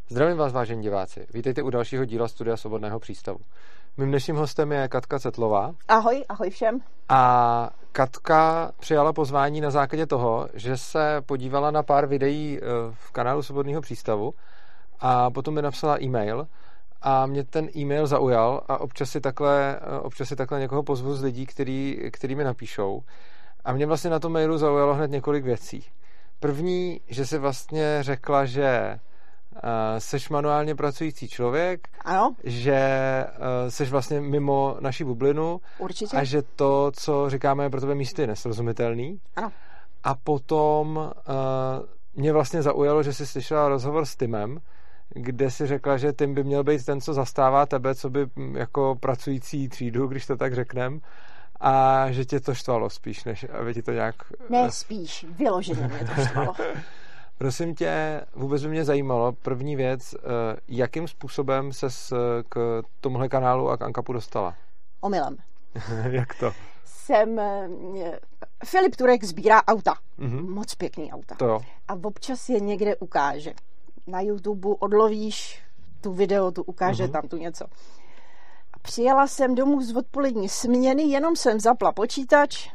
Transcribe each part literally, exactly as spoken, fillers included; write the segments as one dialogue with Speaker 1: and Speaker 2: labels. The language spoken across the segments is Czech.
Speaker 1: Zdravím vás, vážení diváci. Vítejte u dalšího díla Studia Svobodného přístavu. Mým dnešním hostem je Katka Cetlová.
Speaker 2: Ahoj, ahoj všem.
Speaker 1: A Katka přijala pozvání na základě toho, že se podívala na pár videí v kanálu Svobodného přístavu a potom mi napsala e-mail a mě ten e-mail zaujal a občas si takhle, občas si takhle někoho pozvu z lidí, který, který mi napíšou. A mě vlastně na tom mailu zaujalo hned několik věcí. První, že si vlastně řekla, že uh, seš manuálně pracující člověk,
Speaker 2: ano.
Speaker 1: Že uh, seš vlastně mimo naši bublinu.
Speaker 2: Určitě.
Speaker 1: A že to, co říkáme, je pro tebe místy nesrozumitelný.
Speaker 2: Ano.
Speaker 1: A potom uh, mě vlastně zaujalo, že jsi slyšela rozhovor s Timem, kde si řekla, že Tim by měl být ten, co zastává tebe, co by jako pracující třídu, když to tak řeknem, a že tě to štvalo spíš, než aby ti to nějak...
Speaker 2: Ne spíš, vyloženě mě to štvalo.
Speaker 1: Prosím tě, vůbec by mě zajímalo, první věc, jakým způsobem ses k tomuhle kanálu a k Ankapu dostala?
Speaker 2: Omylem.
Speaker 1: Jak to?
Speaker 2: Jsem... Filip Turek sbírá auta.
Speaker 1: Mm-hmm.
Speaker 2: Moc pěkný auta.
Speaker 1: To jo.
Speaker 2: A občas je někde ukáže. Na YouTube odlovíš tu video, tu ukáže mm-hmm. tam tu něco. A přijela jsem domů z odpolední směny, jenom jsem zapla počítač,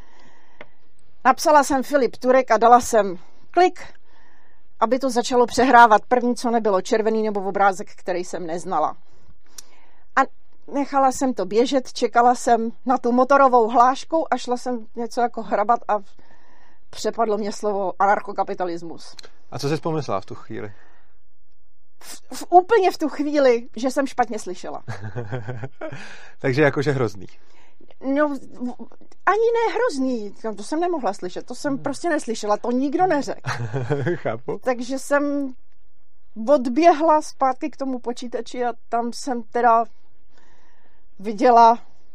Speaker 2: napsala jsem Filip Turek a dala jsem klik, aby to začalo přehrávat první, co nebylo, červený nebo obrázek, který jsem neznala. A nechala jsem to běžet, čekala jsem na tu motorovou hlášku a šla jsem něco jako hrabat a přepadlo mě slovo anarchokapitalismus.
Speaker 1: A co jsi pomyslela v tu chvíli?
Speaker 2: V, v, úplně v tu chvíli, že jsem špatně slyšela.
Speaker 1: Takže jakože hrozný.
Speaker 2: No, ani ne hrozný. To jsem nemohla slyšet. To jsem prostě neslyšela. To nikdo neřekl.
Speaker 1: Chápu.
Speaker 2: Takže jsem odběhla zpátky k tomu počítači a tam jsem teda viděla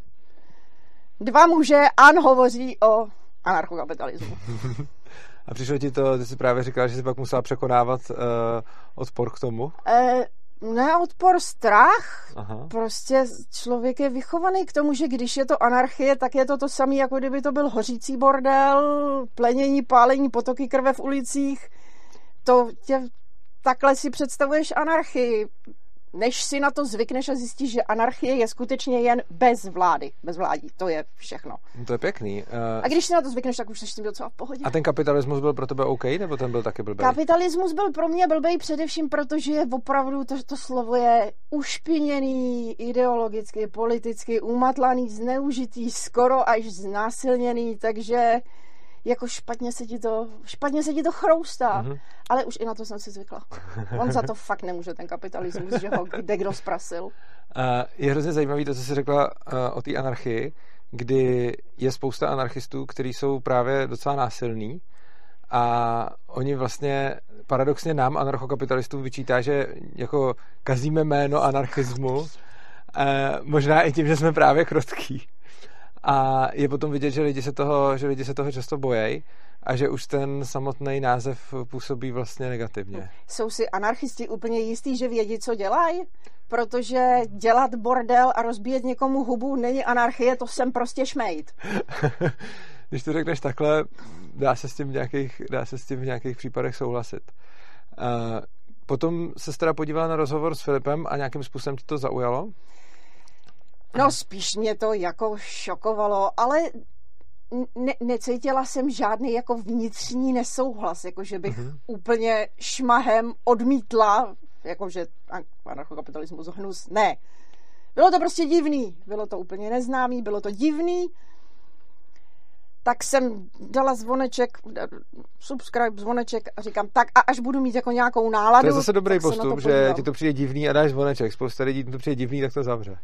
Speaker 2: dva muže, An hovoří o anarchokapitalismu.
Speaker 1: A přišlo ti to, ty jsi právě říkala, že jsi pak musela překonávat uh, odpor k tomu?
Speaker 2: E, ne odpor, strach.
Speaker 1: Aha.
Speaker 2: Prostě člověk je vychovaný k tomu, že když je to anarchie, tak je to to samé, jako kdyby to byl hořící bordel, plenění, pálení, potoky krve v ulicích. To tě, takhle si představuješ anarchii. Než si na to zvykneš a zjistíš, že anarchie je skutečně jen bez vlády. Bez vládí, to je všechno.
Speaker 1: To je pěkný. Uh...
Speaker 2: A když si na to zvykneš, tak už jsi s tím docela v pohodě.
Speaker 1: A ten kapitalismus byl pro tebe OK, nebo ten byl taky blbej?
Speaker 2: Kapitalismus byl pro mě blbej především, protože je opravdu, to, to slovo je ušpiněný, ideologicky, politicky, umatlaný, zneužitý, skoro až znásilněný, takže jako špatně se ti to, špatně se ti to chroustá. Mm-hmm. Ale už i na to jsem si zvykla. On za to fakt nemůže, ten kapitalismus, že ho kde kdo zprasil. Uh,
Speaker 1: je hrozně zajímavý to, co jsi řekla uh, o té anarchii, kdy je spousta anarchistů, kteří jsou právě docela násilní a oni vlastně paradoxně nám, anarchokapitalistům, vyčítá, že jako kazíme jméno anarchismu, uh, možná i tím, že jsme právě krotký. A je potom vidět, že lidi se toho, že lidi se toho často bojejí a že už ten samotný název působí vlastně negativně.
Speaker 2: Jsou si anarchisti úplně jistý, že vědí, co dělají? Protože dělat bordel a rozbíjet někomu hubu není anarchie, to jsem prostě šmejt.
Speaker 1: Když to řekneš takhle, dá se s tím v nějakých, dá se s tím v nějakých případech souhlasit. Uh, potom se teda podívala na rozhovor s Filipem a nějakým způsobem ti to zaujalo?
Speaker 2: No spíš mě to jako šokovalo, ale ne, necítila jsem žádný jako vnitřní nesouhlas, jako že bych uh-huh. úplně šmahem odmítla, jakože anarchokapitalismus hnus. Ne. Bylo to prostě divný. Bylo to úplně neznámý, bylo to divný. Tak jsem dala zvoneček, subscribe, zvoneček a říkám, tak a až budu mít jako nějakou náladu.
Speaker 1: To je zase dobrý postup, že ti to přijde divný a dáš zvoneček. Spousta lidí to přijde divný, tak to zavře.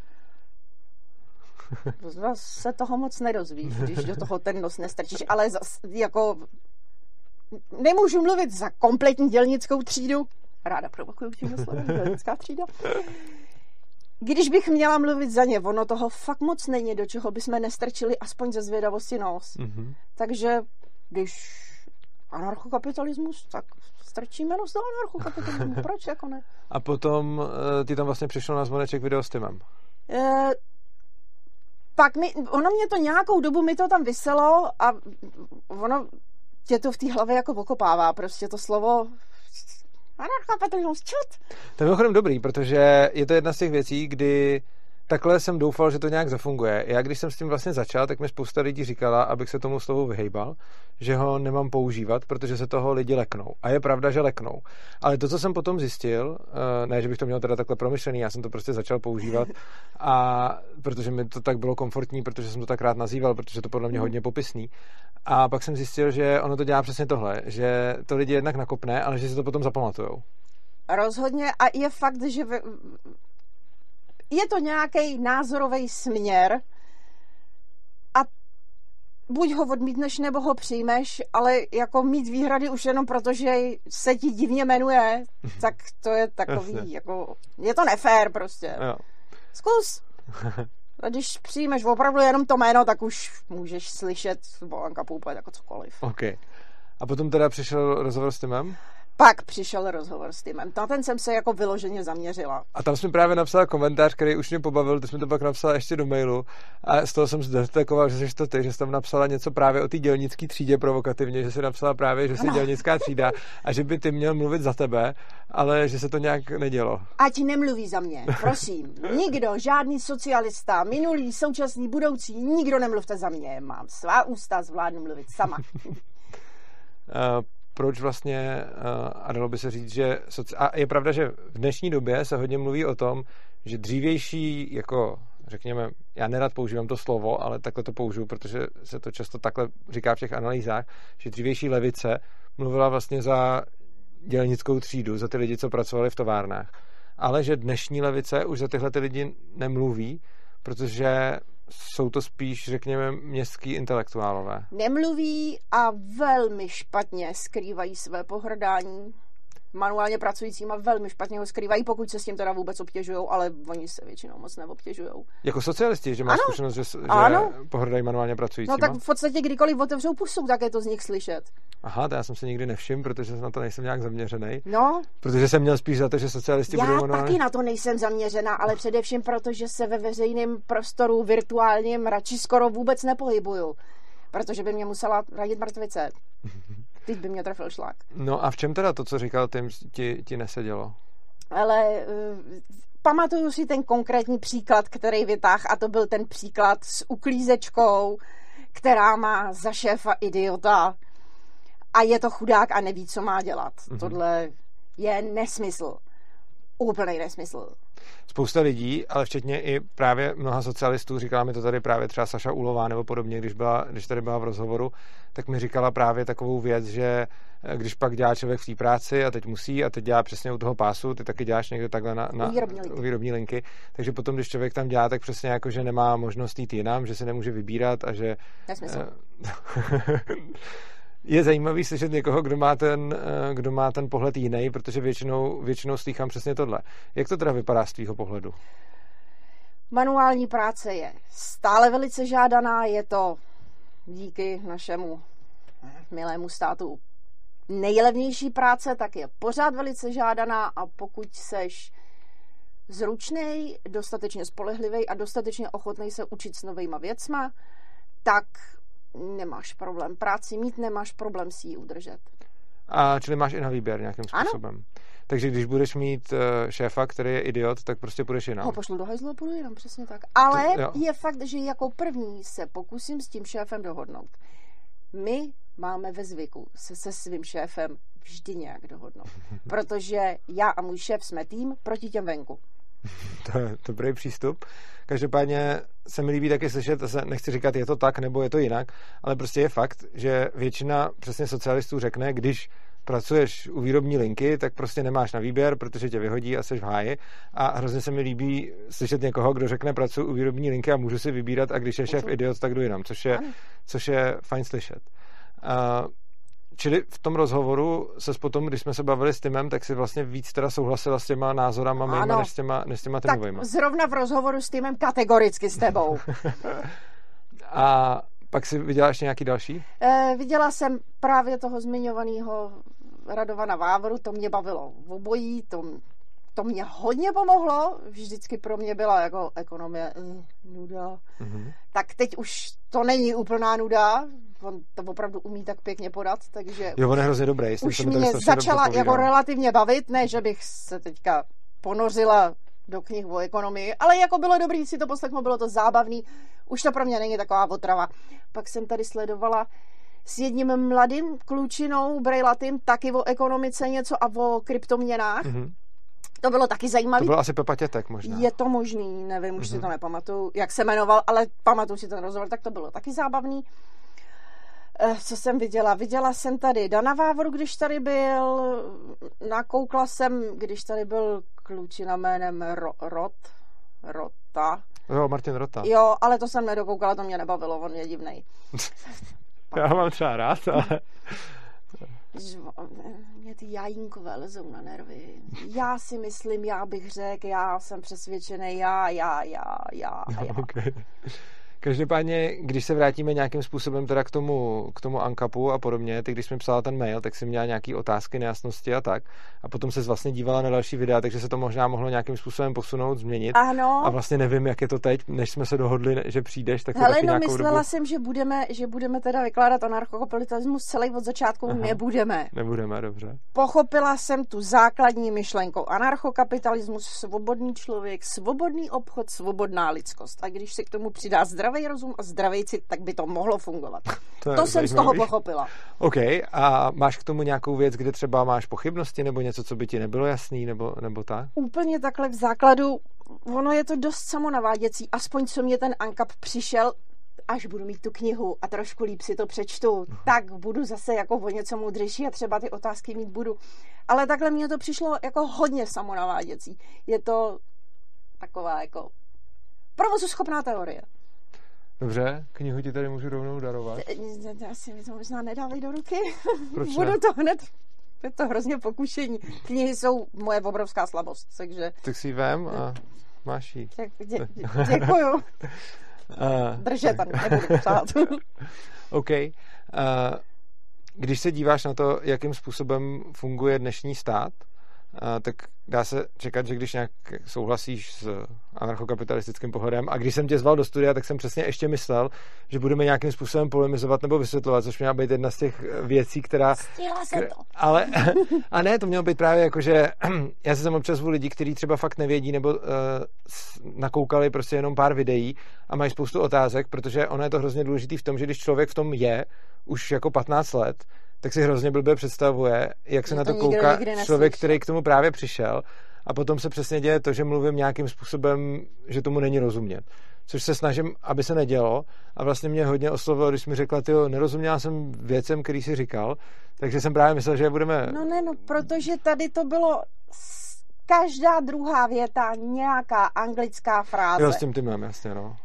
Speaker 2: Z vás se toho moc nerozvíš, když do toho ten nos nestrčíš, ale zas, jako nemůžu mluvit za kompletní dělnickou třídu. Ráda provokuju tímhle slovem, dělnická třída. Když bych měla mluvit za ně, ono toho fakt moc není, do čeho bychom nestrčili aspoň ze zvědavosti nos. Mm-hmm. Takže když anarchokapitalismus, tak strčíme nos do anarchokapitalismu. Proč jako ne?
Speaker 1: A potom uh, ty tam vlastně přišlo na zvoneček video s Timem.
Speaker 2: Uh, pak mi, ono mě to nějakou dobu mi to tam viselo a ono tě to v té hlavě jako okopává. Prostě to slovo Anarchokapitalismus, čut!
Speaker 1: To je mimochodem dobrý, protože je to jedna z těch věcí, kdy takhle jsem doufal, že to nějak zafunguje. Já když jsem s tím vlastně začal, tak mi spousta lidí říkala, abych se tomu slovu vyhejbal, že ho nemám používat, protože se toho lidi leknou. A je pravda, že leknou. Ale to, co jsem potom zjistil, ne, že bych to měl teda takhle promyšlený, já jsem to prostě začal používat, a protože mi to tak bylo komfortní, protože jsem to tak rád nazýval, protože to podle mě hodně popisný. A pak jsem zjistil, že ono to dělá přesně tohle, že to lidi jednak nakopne, ale že si to potom zapamatujou.
Speaker 2: Rozhodně a je fakt, že v... je to nějaký názorový směr a buď ho odmítneš, nebo ho přijmeš, ale jako mít výhrady už jenom proto, že se ti divně jmenuje, tak to je takový, Jasně. jako, je to nefér prostě. Jo. Zkus. A když přijmeš opravdu jenom to jméno, tak už můžeš slyšet Bohanka Poupet jako cokoliv.
Speaker 1: OK. A potom teda přišel rozhovor s Timem?
Speaker 2: Pak přišel rozhovor s Timem. Na ten jsem se jako vyloženě zaměřila.
Speaker 1: A tam jsem právě napsala komentář, který už mě pobavil, ty jsi mi to pak napsala ještě do mailu a z toho jsem zdetekoval, že jsi to ty, že jsi tam napsala něco právě o té dělnické třídě provokativně, že jsi napsala právě, že jsi no. dělnická třída a že by ty měl mluvit za tebe, ale že se to nějak nedělo.
Speaker 2: Ať nemluví za mě, prosím. Nikdo, žádný socialista, minulý, současný, budoucí, nikdo nemluvte za mě. Mám svá ústa, zvládnu mluvit sama.
Speaker 1: uh, proč vlastně, a dalo by se říct, že a je pravda, že v dnešní době se hodně mluví o tom, že dřívější, jako řekněme, já nerad používám to slovo, ale takhle to použiju, protože se to často takhle říká v těch analýzách, že dřívější levice mluvila vlastně za dělnickou třídu, za ty lidi, co pracovali v továrnách. Ale že dnešní levice už za tyhle ty lidi nemluví, protože jsou to spíš, řekněme, městský intelektuálové.
Speaker 2: Nemluví a velmi špatně skrývají své pohrdání. Manuálně pracujícíma velmi špatně ho skrývají, pokud se s tím teda vůbec obtěžujou, ale oni se většinou moc neobtěžujou.
Speaker 1: Jako socialisti, že máš
Speaker 2: ano.
Speaker 1: zkušenost, že, že
Speaker 2: ano.
Speaker 1: pohrdají manuálně pracujícíma?
Speaker 2: No tak v podstatě kdykoliv otevřou pusu, tak je to z nich slyšet.
Speaker 1: Aha, to já jsem se nikdy nevšiml, protože na to nejsem nějak zaměřený.
Speaker 2: No.
Speaker 1: Protože jsem měl spíš za to, že socialisti
Speaker 2: já
Speaker 1: budou manuálně...
Speaker 2: Já taky na to nejsem zaměřená, ale především proto, že se ve veřejném prostoru virtuálním radši skoro vůbec nepohybuju. Protože by mě musela radit mrtvice. Teď by mě trefil šlak.
Speaker 1: No a v čem teda to, co říkal Tim, ti, ti nesedělo?
Speaker 2: Ale uh, pamatuju si ten konkrétní příklad, který vytáhl, a to byl ten příklad s uklízečkou, která má za šéfa idiota a je to chudák a neví, co má dělat. Mm-hmm. Tohle je nesmysl. Úplný nesmysl.
Speaker 1: Spousta lidí, ale včetně i právě mnoha socialistů, říkala mi to tady právě třeba Saša Ulová nebo podobně, když, byla, když tady byla v rozhovoru, tak mi říkala právě takovou věc, že když pak dělá člověk v té práci a teď musí a teď dělá přesně u toho pásu, ty taky děláš někde takhle na, na
Speaker 2: výrobní linky.
Speaker 1: výrobní linky, takže potom, když člověk tam dělá, tak přesně jako, že nemá možnost jít jinam, že si nemůže vybírat a že...
Speaker 2: Nesmysl.
Speaker 1: Je zajímavý slyšet někoho, kdo má ten, kdo má ten pohled jiný, protože většinou, většinou slýchám přesně tohle. Jak to teda vypadá z tvýho pohledu?
Speaker 2: Manuální práce je stále velice žádaná, je to díky našemu milému státu nejlevnější práce, tak je pořád velice žádaná a pokud seš zručnej, dostatečně spolehlivý a dostatečně ochotnej se učit s novejma věcma, tak nemáš problém práci mít, nemáš problém si ji udržet.
Speaker 1: A čili máš i na výběr nějakým způsobem.
Speaker 2: Ano.
Speaker 1: Takže když budeš mít šéfa, který je idiot, tak prostě půjdeš jinam.
Speaker 2: Ho pošlu do hajzlu a půjdu jinam, přesně tak. Ale to, je fakt, že jako první se pokusím s tím šéfem dohodnout. My máme ve zvyku se se svým šéfem vždy nějak dohodnout. Protože já a můj šéf jsme tým proti těm venku.
Speaker 1: To je dobrý přístup. Každopádně se mi líbí taky slyšet, nechci říkat, je to tak, nebo je to jinak, ale prostě je fakt, že většina přesně socialistů řekne, když pracuješ u výrobní linky, tak prostě nemáš na výběr, protože tě vyhodí a jsi v háji. A hrozně se mi líbí slyšet někoho, kdo řekne, pracuji u výrobní linky a můžu si vybírat, a když je šéf idiot, tak jdu jinam, což je, což je fajn slyšet. Uh, Čili v tom rozhovoru se potom, když jsme se bavili s Timem, tak si vlastně víc teda souhlasila s těma názorama mýma, než s těma, než s těma Timovejma.
Speaker 2: Tak zrovna v rozhovoru s Timem kategoricky s tebou.
Speaker 1: A pak si viděla ještě nějaký další?
Speaker 2: E, viděla jsem právě toho zmiňovaného Radovana Vávru, to mě bavilo v obojí, to to mě hodně pomohlo. Vždycky pro mě byla jako ekonomie uh, nuda. Mm-hmm. Tak teď už to není úplná nuda. On to opravdu umí tak pěkně podat, takže
Speaker 1: jo, on je hrozně dobrý.
Speaker 2: Už mě začala jako relativně bavit, ne, že bych se teďka ponořila do knih o ekonomii, ale jako bylo dobrý si to poslechnout, bylo to zábavný. Už to pro mě není taková otrava. Pak jsem tady sledovala s jedním mladým klučinou brejlatým taky o ekonomice něco a o kryptoměnách. Mm-hmm. To bylo taky zajímavé.
Speaker 1: To bylo asi Pepa Tětek možná.
Speaker 2: Je to možný, nevím, už mm-hmm. si to nepamatuju, jak se jmenoval, ale pamatuju si ten rozhovor, tak to bylo taky zábavný. Co jsem viděla? Viděla jsem tady Dana Vávoru, když tady byl, nakoukla jsem, když tady byl klučina jménem Ro, Rot, Rota.
Speaker 1: Jo, Martin Rota.
Speaker 2: Jo, ale to jsem nedokoukala, to mě nebavilo, on je divnej.
Speaker 1: Já mám třeba rád, ale...
Speaker 2: Mě ty jajínkové lezou na nervy. Já si myslím, já bych řekl, já jsem přesvědčený, já, já, já, já, já.
Speaker 1: Okay. Každopádně, když se vrátíme nějakým způsobem teda k tomu, k tomu ANCAPu a podobně, ty když jsme psala ten mail, tak si měla nějaký otázky, nejasnosti a tak. A potom se vlastně dívala na další videa, takže se to možná mohlo nějakým způsobem posunout, změnit.
Speaker 2: Ano.
Speaker 1: A vlastně nevím, jak je to teď, než jsme se dohodli, že přijdeš, tak to
Speaker 2: hele,
Speaker 1: taky
Speaker 2: no,
Speaker 1: nějakou
Speaker 2: myslela
Speaker 1: dobu...
Speaker 2: jsem, že budeme, že budeme teda vykládat anarchokapitalismus celý od začátku. Aha. Nebudeme.
Speaker 1: Nebudeme, dobře.
Speaker 2: Pochopila jsem tu základní myšlenku. Anarchokapitalismus, svobodný člověk, svobodný obchod, svobodná lidskost. A když se k tomu přidá zdravý rozum a zdravý cit, tak by to mohlo fungovat. To, to jsem z toho pochopila.
Speaker 1: OK. A máš k tomu nějakou věc, kde třeba máš pochybnosti nebo něco, co by ti nebylo jasný, nebo, nebo tak?
Speaker 2: Úplně takhle v základu. Ono je to dost samonaváděcí. Aspoň co mě ten ANCAP přišel, až budu mít tu knihu a trošku líp si to přečtu, uh-huh. tak budu zase jako o něco moudřejší a třeba ty otázky mít budu. Ale takhle mně to přišlo jako hodně samonaváděcí. Je to taková jako provozuschopná teorie.
Speaker 1: Dobře, knihu ti tady můžu rovnou darovat.
Speaker 2: Asi mi to možná nedali do ruky.
Speaker 1: Proč
Speaker 2: Budu
Speaker 1: ne?
Speaker 2: to hned, je to hrozně pokušení. Knihy jsou moje obrovská slabost, takže...
Speaker 1: Tak si ji vem a máš jí.
Speaker 2: Dě, dě, děkuju. Držet tam, nebudu psát.
Speaker 1: OK. Uh, když se díváš na to, jakým způsobem funguje dnešní stát, Uh, tak dá se čekat, že když nějak souhlasíš s anarchokapitalistickým pohledem a když jsem tě zval do studia, tak jsem přesně ještě myslel, že budeme nějakým způsobem polemizovat nebo vysvětlovat, což měla být jedna z těch věcí, která...
Speaker 2: Stihla jsem to.
Speaker 1: Ale, a ne, to mělo být právě jako, že já se sem občas zvu lidi, kteří třeba fakt nevědí nebo uh, nakoukali prostě jenom pár videí a mají spoustu otázek, protože ono je to hrozně důležitý v tom, že když člověk v tom je už jako patnáct let, tak si hrozně blbě představuje, jak se
Speaker 2: že
Speaker 1: na to,
Speaker 2: to
Speaker 1: kouká člověk, který k tomu právě přišel a potom se přesně děje to, že mluvím nějakým způsobem, že tomu není rozumět. Což se snažím, aby se nedělo a vlastně mě hodně oslovilo, když mi řekla, tyjo, nerozuměla jsem věcem, který jsi říkal, takže jsem právě myslel, že je budeme...
Speaker 2: No ne, no, protože tady to bylo každá druhá věta nějaká anglická fráze.
Speaker 1: Jo, s tím ty mám, jasně, no.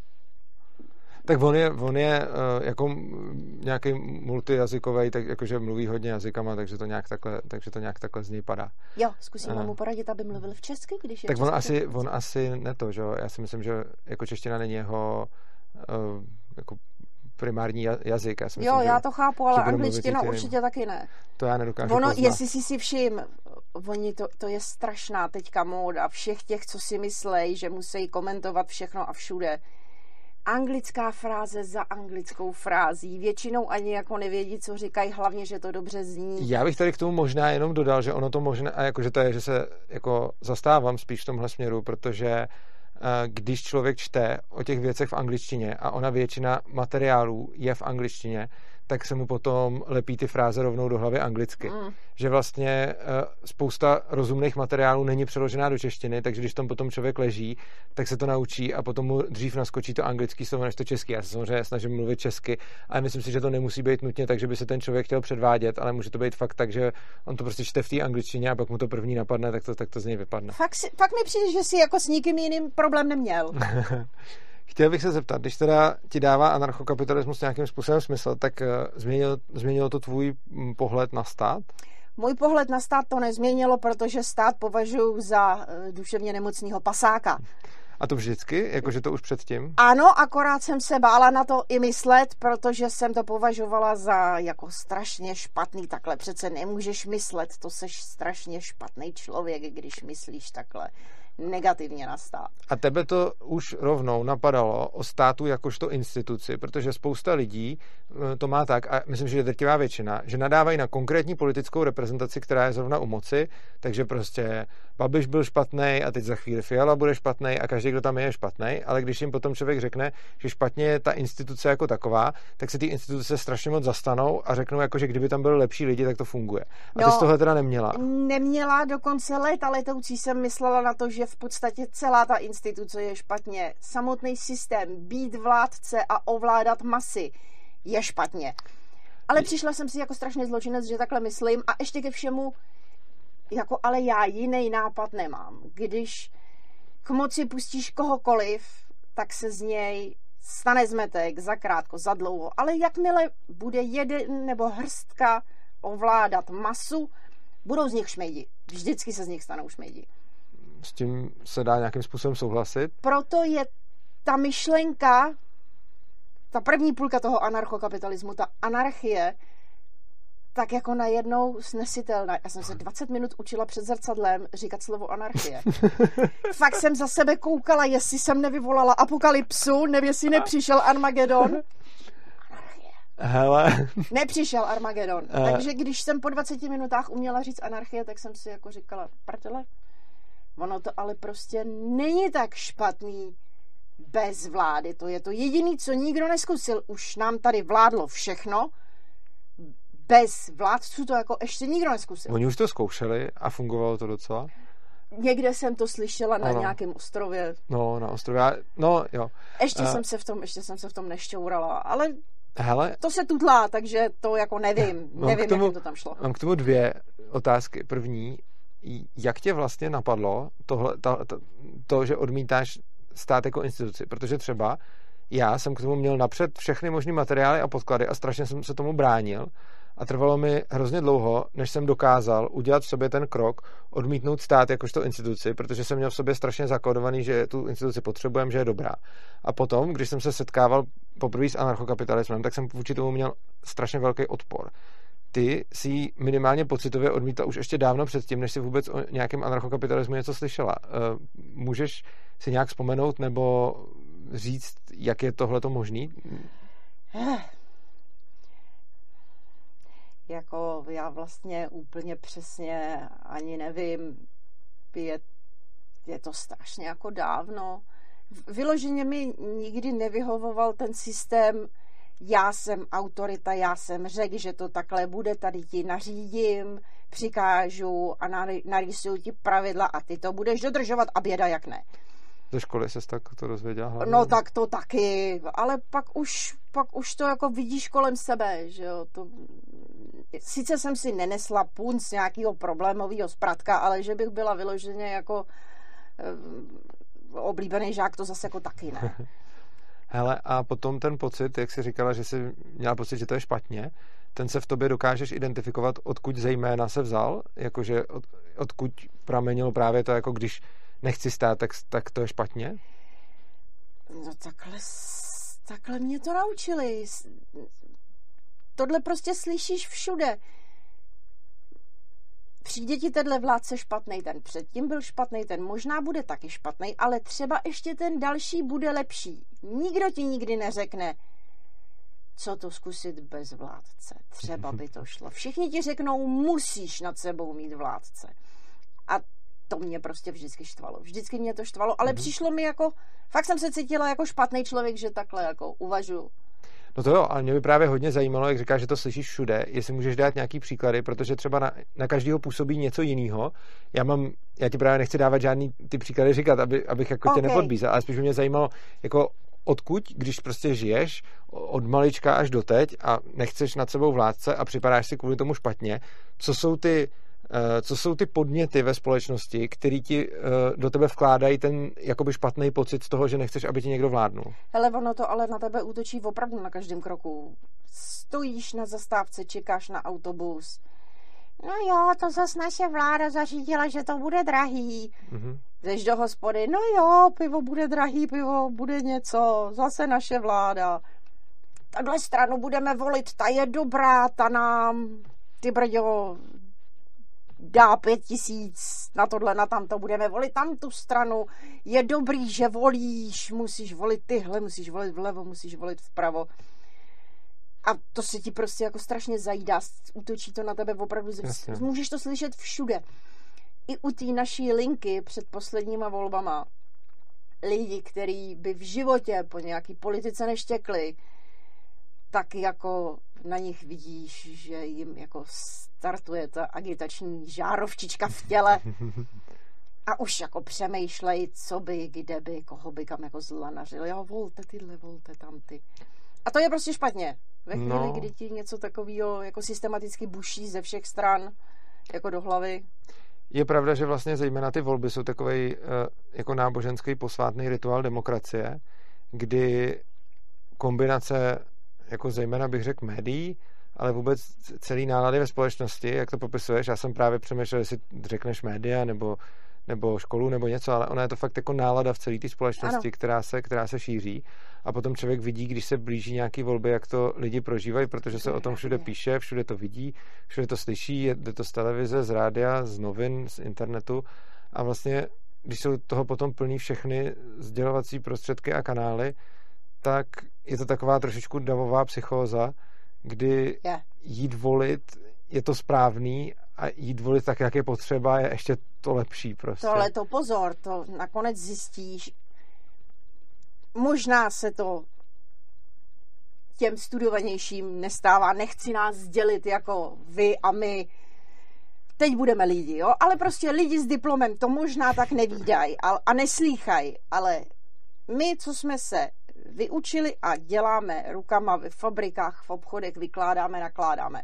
Speaker 1: Tak on je, on je uh, jako nějaký multijazykový, tak jakože mluví hodně jazykama, takže to nějak takhle, takže to nějak takhle z něj padá.
Speaker 2: Jo, zkusím uh, mu poradit, aby mluvil v česky, když je
Speaker 1: tak
Speaker 2: česky.
Speaker 1: on asi, on asi ne to, že jo? Já si myslím, že jako čeština není jeho uh, jako primární jazyk. Já si myslím,
Speaker 2: jo, já
Speaker 1: že,
Speaker 2: to chápu, ale angličtina určitě taky ne.
Speaker 1: To já nedokážu
Speaker 2: Ono,
Speaker 1: poznat.
Speaker 2: jestli si si všim, oni to, to je strašná teďka móda všech těch, co si myslej, že musí komentovat všechno a všude. Anglická fráze za anglickou frází. Většinou ani jako nevědí, co říkají, hlavně, že to dobře zní.
Speaker 1: Já bych tady k tomu možná jenom dodal, že ono to možná, a jako, že to je, že se jako zastávám spíš v tomhle směru, protože když člověk čte o těch věcech v angličtině a ona většina materiálů je v angličtině, tak se mu potom lepí ty fráze rovnou do hlavy anglicky. Mm. Že vlastně spousta rozumných materiálů není přeložená do češtiny, takže když tam potom člověk leží, tak se to naučí a potom mu dřív naskočí to anglický slovo než to český. Já se samozřejmě snažím mluvit česky, ale myslím si, že to nemusí být nutně tak, že by se ten člověk chtěl předvádět, ale může to být fakt tak, že on to prostě čte v té angličtině a pak mu to první napadne, tak to, tak to z něj vypadne.
Speaker 2: Fakt, si, fakt mi přijde, že jsi jako s nikým jiným problém neměl.
Speaker 1: Chtěl bych se zeptat, když teda ti dává anarchokapitalismus nějakým způsobem smysl, tak uh, změnil, změnilo to tvůj pohled na stát?
Speaker 2: Můj pohled na stát to nezměnilo, protože stát považuji za uh, duševně nemocného pasáka.
Speaker 1: A to vždycky? Jakože to už předtím?
Speaker 2: Ano, akorát jsem se bála na to i myslet, protože jsem to považovala za jako strašně špatný. Takhle přece nemůžeš myslet, to seš strašně špatný člověk, když myslíš takhle negativně na stát.
Speaker 1: A tebe to už rovnou napadalo o státu jakožto instituci, protože spousta lidí to má tak, a myslím, že je drtivá většina, že nadávají na konkrétní politickou reprezentaci, která je zrovna u moci, takže prostě Babiš byl špatnej a teď za chvíli Fiala bude špatnej a každý, kdo tam je, je špatnej, ale když jim potom člověk řekne, že špatně je ta instituce jako taková, tak se ty instituce strašně moc zastanou a řeknou, jako, že kdyby tam byli lepší lidi, tak to funguje. A ty
Speaker 2: no,
Speaker 1: z tohle teda neměla.
Speaker 2: Neměla dokonce léta letoucí jsem myslela na to, že v podstatě celá ta instituce je špatně. Samotný systém, být vládce a ovládat masy je špatně. Ale přišla jsem si jako strašný zločinec, že takhle myslím a ještě ke všemu, jako ale já jiný nápad nemám. Když k moci pustíš kohokoliv, tak se z něj stane zmetek zakrátko, za dlouho. Ale jakmile bude jeden nebo hrstka ovládat masu, budou z nich šmejdi. Vždycky se z nich stanou šmejdi.
Speaker 1: S tím se dá nějakým způsobem souhlasit?
Speaker 2: Proto je ta myšlenka, ta první půlka toho anarchokapitalismu, ta anarchie, tak jako najednou snesitelná. Já jsem se dvacet minut učila před zrcadlem říkat slovo anarchie. Fakt jsem za sebe koukala, jestli jsem nevyvolala apokalypsu, nevím, jestli nepřišel Armagedon. Anarchie.
Speaker 1: Hele.
Speaker 2: Nepřišel Armagedon. Uh. Takže když jsem po dvaceti minutách uměla říct anarchie, tak jsem si jako říkala, prdele, ono to ale prostě není tak špatný bez vlády. To je to jediný, co nikdo neskusil. Už nám tady vládlo všechno. Bez vládců to jako ještě nikdo neskusil.
Speaker 1: Oni už to zkoušeli a fungovalo to docela?
Speaker 2: Někde jsem to slyšela na ano. nějakém ostrově.
Speaker 1: No, na ostrově. No, jo.
Speaker 2: Ještě uh, jsem se v tom, ještě jsem se v tom nešťourala, ale hele, to se tutlá, takže to jako nevím. Nevím, tomu, jak to tam šlo.
Speaker 1: Mám k tomu dvě otázky. První, jak tě vlastně napadlo tohle, ta, ta, to, že odmítáš stát jako instituci? Protože třeba já jsem k tomu měl napřed všechny možný materiály a podklady a strašně jsem se tomu bránil a trvalo mi hrozně dlouho, než jsem dokázal udělat v sobě ten krok, odmítnout stát jakožto instituci, protože jsem měl v sobě strašně zakódovaný, že tu instituci potřebujeme, že je dobrá. A potom, když jsem se setkával poprvé s anarchokapitalismem, tak jsem vůči tomu měl strašně velký odpor. Ty si minimálně pocitově odmítla už ještě dávno předtím, než si vůbec o nějakém anarchokapitalismu něco slyšela. Můžeš si nějak vzpomenout nebo říct, jak je tohleto možný?
Speaker 2: Jako já vlastně úplně přesně ani nevím, je, je to strašně jako dávno. Vyloženě mi nikdy nevyhovoval ten systém, já jsem autorita, já jsem řekl, že to takhle bude, tady ti nařídím, přikážu a narýsuju ti pravidla a ty to budeš dodržovat a běda jak ne.
Speaker 1: Ze školy ses tak to dozvěděla hlavně?
Speaker 2: No tak to taky, ale pak už, pak už to jako vidíš kolem sebe, že jo, to... Sice jsem si nenesla punc nějakého problémového zpratka, ale že bych byla vyloženě jako e, oblíbený žák, to zase jako taky ne.
Speaker 1: Hele, a potom ten pocit, jak jsi říkala, že jsi měla pocit, že to je špatně, ten se v tobě dokážeš identifikovat, odkud zejména se vzal, jakože od, odkud pramenilo právě to, jako když nechci stát, tak, tak to je špatně?
Speaker 2: No takhle, takhle mě to naučili. Tohle prostě slyšíš všude. Přijde ti tenhle vládce špatnej, ten předtím byl špatnej, ten možná bude taky špatnej, ale třeba ještě ten další bude lepší. Nikdo ti nikdy neřekne, co to zkusit bez vládce. Třeba by to šlo. Všichni ti řeknou, musíš nad sebou mít vládce. A to mě prostě vždycky štvalo. Vždycky mě to štvalo, ale mm-hmm. přišlo mi jako, fakt jsem se cítila jako špatný člověk, že takhle jako uvažuju.
Speaker 1: No to jo, ale mě by právě hodně zajímalo, jak říkáš, že to slyšíš všude, jestli můžeš dát nějaký příklady, protože třeba na, na každého působí něco jiného. Já mám, já ti právě nechci dávat žádný ty příklady říkat, aby, abych jako okay. tě nepodbízal, ale spíš by mě zajímalo, jako odkud, když prostě žiješ od malička až do teď a nechceš nad sebou vládce a připadáš si kvůli tomu špatně, co jsou ty co jsou ty podněty ve společnosti, který ti do tebe vkládají ten jakoby špatný pocit z toho, že nechceš, aby ti někdo vládnul?
Speaker 2: Hele, ono to ale na tebe útočí opravdu na každém kroku. Stojíš na zastávce, čekáš na autobus, No jo, to zase naše vláda zařídila, že to bude drahý. Mm-hmm. Jdeš do hospody, no jo, pivo bude drahý, pivo bude něco, zase naše vláda. Takhle stranu budeme volit, ta je dobrá, ta nám, ty brďo, dá pět tisíc na tohle, na tamto, budeme volit tam tu stranu, je dobrý, že volíš, musíš volit tyhle, musíš volit vlevo, musíš volit vpravo. A to se ti prostě jako strašně zajídá, útočí to na tebe opravdu, Jasně. můžeš to slyšet všude. I u té naší linky před posledníma volbama lidi, kteří by v životě po nějaký politice neštěkli, tak jako na nich vidíš, že jim jako startuje ta agitační žárovčička v těle a už jako přemýšlej, co by, kde by, koho by kam jako zlanařili. Jo, volte tyhle, volte tamty. A to je prostě špatně. Ve chvíli, no. kdy ti něco takového jako systematicky buší ze všech stran jako do hlavy.
Speaker 1: Je pravda, že vlastně zejména ty volby jsou takovej jako náboženský posvátný rituál demokracie, kdy kombinace jako zejména bych řekl médií, ale vůbec celý nálady ve společnosti, jak to popisuješ, já jsem právě přemýšlel, jestli řekneš média nebo, nebo školu nebo něco, ale ona je to fakt jako nálada v celé té společnosti, která se, která se šíří a potom člověk vidí, když se blíží nějaký volby, jak to lidi prožívají, protože se o tom všude píše, všude to vidí, všude to slyší, jde to z televize, z rádia, z novin, z internetu a vlastně, když jsou toho potom plní všechny sdělovací prostředky a kanály, tak je to taková trošičku davová psychóza, kdy yeah. jít volit je to správný a jít volit tak, jak je potřeba, je ještě to lepší prostě.
Speaker 2: Tohle to pozor, to nakonec zjistíš. Možná se to těm studovanějším nestává, nechci nás dělit jako vy a my. Teď budeme lidi, jo? Ale prostě lidi s diplomem to možná tak nevídají a, a neslýchají, ale my, co jsme se vyučili a děláme rukama v fabrikách, v obchodech, vykládáme, nakládáme.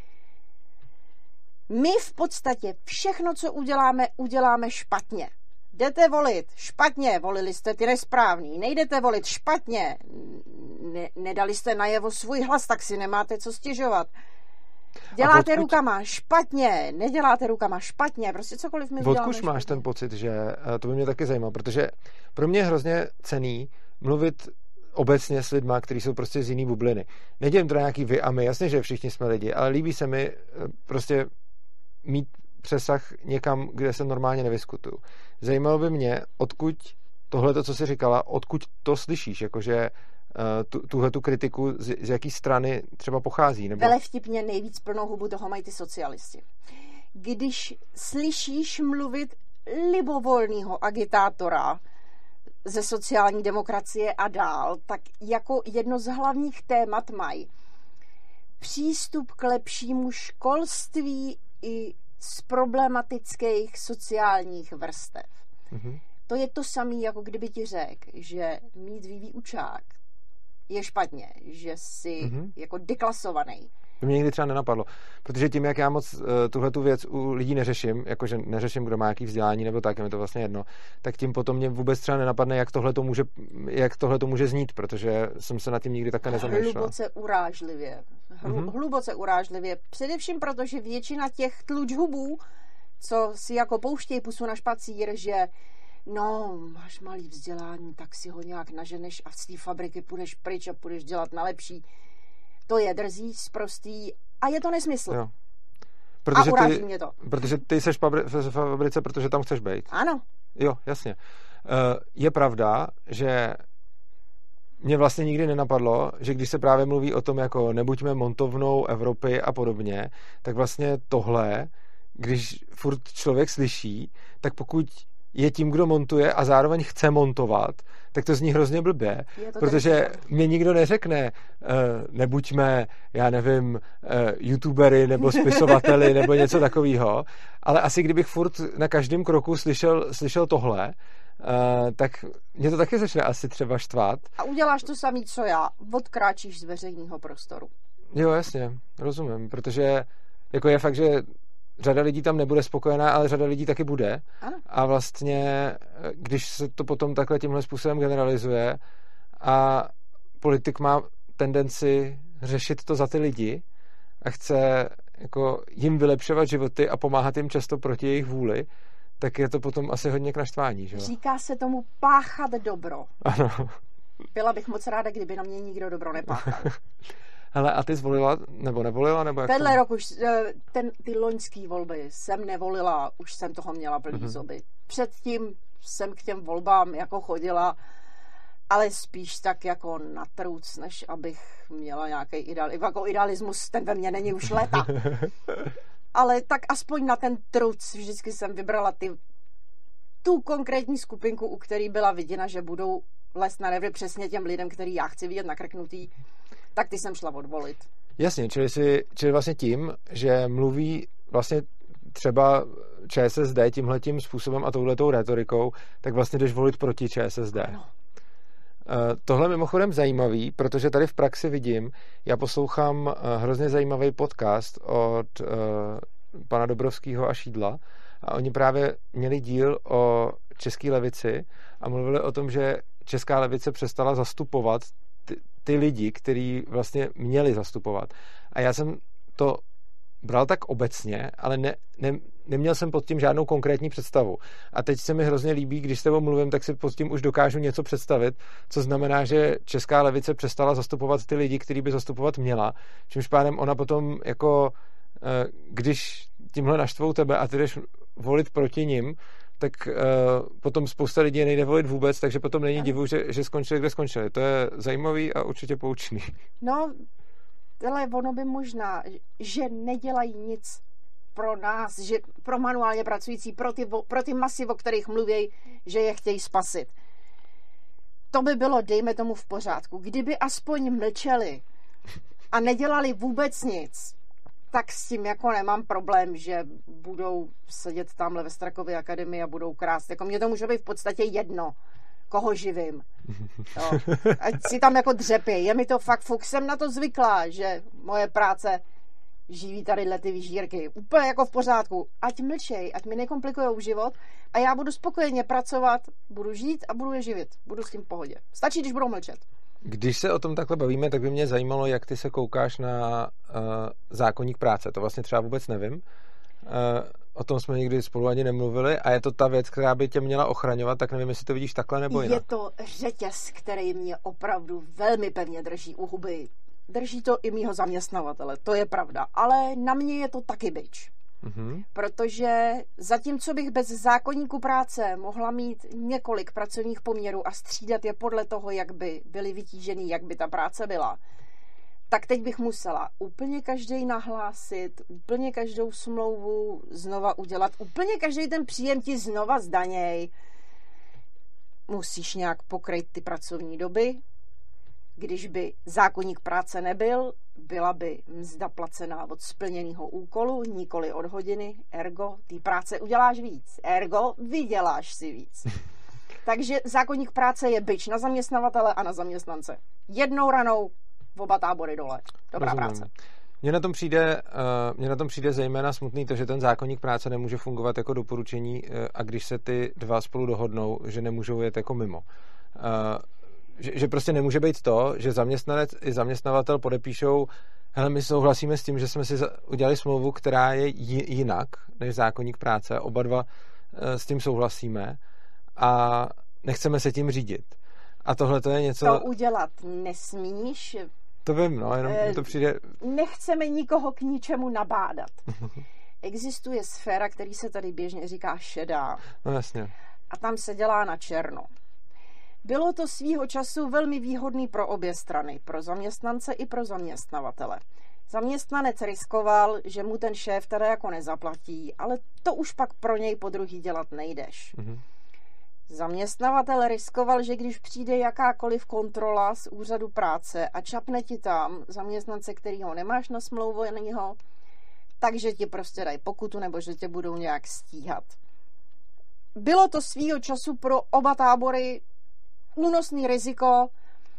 Speaker 2: My v podstatě všechno, co uděláme, uděláme špatně. Jdete volit špatně, volili jste ty nesprávný. Nejdete volit špatně, ne, nedali jste najevo svůj hlas, tak si nemáte co stěžovat. Děláte odkud... rukama špatně, neděláte rukama špatně, prostě cokoliv my uděláme
Speaker 1: špatně. Odkud máš ten pocit, že to by mě taky zajímalo, protože pro mě je hrozně cenný mluvit obecně s lidma, kteří jsou prostě z jiný bubliny. Nedělím to na nějaký vy a my, jasně, že všichni jsme lidi, ale líbí se mi prostě mít přesah někam, kde se normálně nevyskutuju. Zajímalo by mě, odkud tohleto, co jsi říkala, odkud to slyšíš, jakože tu, tuhle tu kritiku, z, z jaký strany třeba pochází? Nebo...
Speaker 2: Vele vtipně nejvíc plnou hubu toho mají ty socialisti. Když slyšíš mluvit libovolného agitátora ze sociální demokracie a dál, tak jako jedno z hlavních témat mají přístup k lepšímu školství i z problematických sociálních vrstev. Mm-hmm. To je to samé, jako kdyby ti řekl, že mít výučák je špatně, že jsi mm-hmm. jako deklasovaný.
Speaker 1: To mě nikdy třeba nenapadlo, protože tím, jak já moc uh, tuhletu věc u lidí neřeším, jakože neřeším, kdo má jaký vzdělání nebo tak, je mi to vlastně jedno, tak tím potom mě vůbec třeba nenapadne, jak tohle to může, jak tohle to může znít, protože jsem se nad tím nikdy takhle nezamýšlel.
Speaker 2: Hluboce urážlivě. Hlu, mm-hmm. Hluboce urážlivě. Především proto, že většina těch tlučhubů, co si jako pouštějí pusu na špacír, že no, máš malý vzdělání, tak si ho nějak naženeš a z té fabriky půjdeš pryč a půjdeš dělat na lepší. To je drzý, sprostý a je to nesmysl. Jo.
Speaker 1: Protože
Speaker 2: a uráží
Speaker 1: ty,
Speaker 2: mě to.
Speaker 1: Protože ty seš v fabrice, protože tam chceš být.
Speaker 2: Ano.
Speaker 1: Jo, jasně. Je pravda, že mě vlastně nikdy nenapadlo, že když se právě mluví o tom, jako nebuďme montovnou Evropy a podobně, tak vlastně tohle, když furt člověk slyší, tak pokud je tím, kdo montuje a zároveň chce montovat, tak to zní hrozně blbě, protože mě nikdo neřekne, uh, nebuďme, já nevím, uh, youtubery nebo spisovateli nebo něco takového, ale asi kdybych furt na každém kroku slyšel, slyšel tohle, uh, tak mě to taky začne asi třeba štvát.
Speaker 2: A uděláš to samý, co já, odkráčíš z veřejného prostoru.
Speaker 1: Jo, jasně, rozumím, protože jako je fakt, že řada lidí tam nebude spokojená, ale řada lidí taky bude.
Speaker 2: Ano.
Speaker 1: A vlastně, když se to potom takhle tímhle způsobem generalizuje a politik má tendenci řešit to za ty lidi a chce jako jim vylepšovat životy a pomáhat jim často proti jejich vůli, tak je to potom asi hodně k naštvání, že jo?
Speaker 2: Říká se tomu páchat dobro.
Speaker 1: Ano.
Speaker 2: Byla bych moc ráda, kdyby na mě nikdo dobro nepáchal.
Speaker 1: Hele, a ty zvolila, nebo nevolila, nebo jak
Speaker 2: Tenhle
Speaker 1: to...
Speaker 2: rok už, ten, ty loňský volby jsem nevolila, už jsem toho měla plný mm-hmm. zuby. Předtím jsem k těm volbám jako chodila, ale spíš tak jako na truc, než abych měla nějaký ideal, jako idealismus, ten ve mně není už léta. Ale tak aspoň na ten truc vždycky jsem vybrala ty, tu konkrétní skupinku, u který byla viděna, že budou lézt na nervy přesně těm lidem, který já chci vidět nakrknutý, tak ty jsem šla odvolit.
Speaker 1: Jasně, čili, si, čili vlastně tím, že mluví vlastně třeba ČSSD tímhletím způsobem a touhletou retorikou, tak vlastně jdeš volit proti ČSSD.
Speaker 2: Ano.
Speaker 1: Tohle je mimochodem zajímavý, protože tady v praxi vidím, já poslouchám hrozně zajímavý podcast od uh, pana Dobrovského a Šídla a oni právě měli díl o české levici a mluvili o tom, že česká levice přestala zastupovat ty, ty lidi, který vlastně měli zastupovat. A já jsem to bral tak obecně, ale ne, ne, neměl jsem pod tím žádnou konkrétní představu. A teď se mi hrozně líbí, když s tebou mluvím, tak si pod tím už dokážu něco představit, co znamená, že česká levice přestala zastupovat ty lidi, který by zastupovat měla. Čímž pádem ona potom jako, když tímhle naštvou tebe a ty jdeš volit proti nim, tak uh, potom spousta lidí nejde volit vůbec, takže potom není divu, že, že skončili, kde skončili. To je zajímavý a určitě poučný.
Speaker 2: No, ale ono by možná, že nedělají nic pro nás, že pro manuálně pracující, pro ty, pro ty masy, o kterých mluví, že je chtějí spasit. To by bylo, dejme tomu, v pořádku. Kdyby aspoň mlčeli a nedělali vůbec nic, tak s tím jako nemám problém, že budou sedět tamhle ve Strakově akademii a budou krást. Jako mně to může být v podstatě jedno, koho živím. Jo. Ať si tam jako dřepy. Je mi to fakt fuk. Jsem na to zvyklá, že moje práce živí tadyhle ty vyžírky. Úplně jako v pořádku. Ať mlčej, ať mi nekomplikujou život a já budu spokojeně pracovat, budu žít a budu je živit. Budu s tím v pohodě. Stačí, když budou mlčet.
Speaker 1: Když se o tom takhle bavíme, tak by mě zajímalo, jak ty se koukáš na uh, zákoník práce. To vlastně třeba vůbec nevím. Uh, o tom jsme nikdy spolu ani nemluvili a je to ta věc, která by tě měla ochraňovat, tak nevím, jestli to vidíš takhle nebo jinak.
Speaker 2: Je to řetěz, který mě opravdu velmi pevně drží u huby. Drží to i mýho zaměstnavatele, to je pravda. Ale na mě je to taky bič. Mm-hmm. Protože zatímco bych bez zákoníku práce mohla mít několik pracovních poměrů a střídat je podle toho, jak by byly vytížený, jak by ta práce byla, tak teď bych musela úplně každý nahlásit, úplně každou smlouvu znova udělat, úplně každý ten příjem ti znova zdaněj. Musíš nějak pokryt ty pracovní doby. Když by zákoník práce nebyl, byla by mzda placená od splněného úkolu, nikoli od hodiny, ergo ty práce uděláš víc, ergo vyděláš si víc. Takže zákoník práce je bič na zaměstnavatele a na zaměstnance. Jednou ranou v oba tábory dole. Dobrá
Speaker 1: Rozumím.
Speaker 2: práce.
Speaker 1: Mně na tom přijde, uh, mně na tom přijde zejména smutný to, že ten zákoník práce nemůže fungovat jako doporučení uh, a když se ty dva spolu dohodnou, že nemůžou jet jako mimo. Uh, že, že prostě nemůže být to, že zaměstnanec i zaměstnavatel podepíšou, hele, my souhlasíme s tím, že jsme si udělali smlouvu, která je jinak než zákoník práce, oba dva uh, s tím souhlasíme a nechceme se tím řídit. A tohle to je něco...
Speaker 2: To udělat nesmíš.
Speaker 1: To vím, no, jenom e, to přijde...
Speaker 2: Nechceme nikoho k ničemu nabádat. Existuje sféra, který se tady běžně říká šedá.
Speaker 1: No jasně.
Speaker 2: A tam se dělá na černo. Bylo to svýho času velmi výhodný pro obě strany, pro zaměstnance i pro zaměstnavatele. Zaměstnanec riskoval, že mu ten šéf teda jako nezaplatí, ale to už pak pro něj po druhý dělat nejdeš. Mm-hmm. Zaměstnavatel riskoval, že když přijde jakákoliv kontrola z úřadu práce a čapne ti tam zaměstnance, kterýho nemáš na smlouvu na něho, takže ti prostě dají pokutu nebo že tě budou nějak stíhat. Bylo to svýho času pro oba tábory únosný riziko,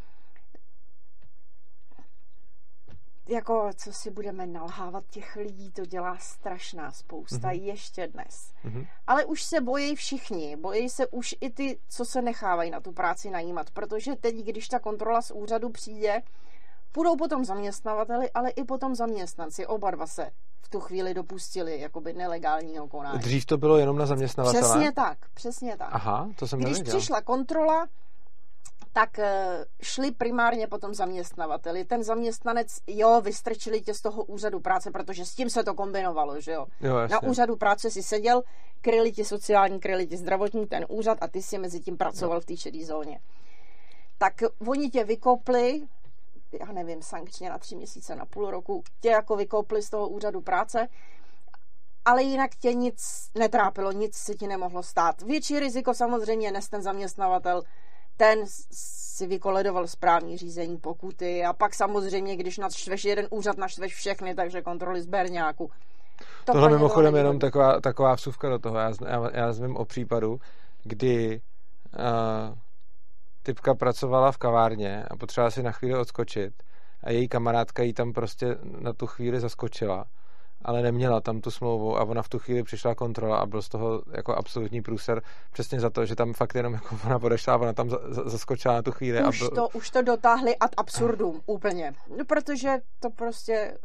Speaker 2: jako co si budeme nalhávat, těch lidí to dělá strašná spousta, mm-hmm. ještě dnes. Mm-hmm. Ale už se bojí všichni, bojí se už i ty, co se nechávají na tu práci najímat, protože teď, když ta kontrola z úřadu přijde, půjdou potom zaměstnavateli, ale i potom zaměstnanci, oba dva se v tu chvíli dopustili jakoby nelegálního konání.
Speaker 1: Dřív to bylo jenom na zaměstnavatele?
Speaker 2: Přesně tak, přesně tak.
Speaker 1: Aha, to jsem nevěděl.
Speaker 2: Když přišla kontrola, tak šli primárně potom zaměstnavateli. Ten zaměstnanec, jo, vystrčili tě z toho úřadu práce, protože s tím se to kombinovalo, že jo.
Speaker 1: jo
Speaker 2: Na úřadu práce si seděl, kryli ti sociální, kryli ti zdravotní ten úřad a ty si mezi tím pracoval jo. v té šedé zóně. Tak oni tě vykopli, já nevím, sankčně na tři měsíce, na půl roku, tě jako vykopli z toho úřadu práce, ale jinak tě nic netrápilo, nic se ti nemohlo stát. Větší riziko samozřejmě nes ten zaměstnavatel, ten si vykoledoval správní řízení, pokuty a pak samozřejmě, když naštveš jeden úřad, naštveš všechny, takže kontroly z berňáku.
Speaker 1: To Tohle mimochodem jenom taková, taková vsuvka do toho. Já, já, já zvím o případu, kdy uh, typka pracovala v kavárně a potřebovala si na chvíli odskočit a její kamarádka jí tam prostě na tu chvíli zaskočila, ale neměla tam tu smlouvu a ona v tu chvíli přišla kontrola a byl z toho jako absolutní průser přesně za to, že tam fakt jenom jako ona podešla a ona tam zaskočila na tu chvíli.
Speaker 2: Už,
Speaker 1: a byl...
Speaker 2: to, už to dotáhli ad absurdum úplně, no, protože to prostě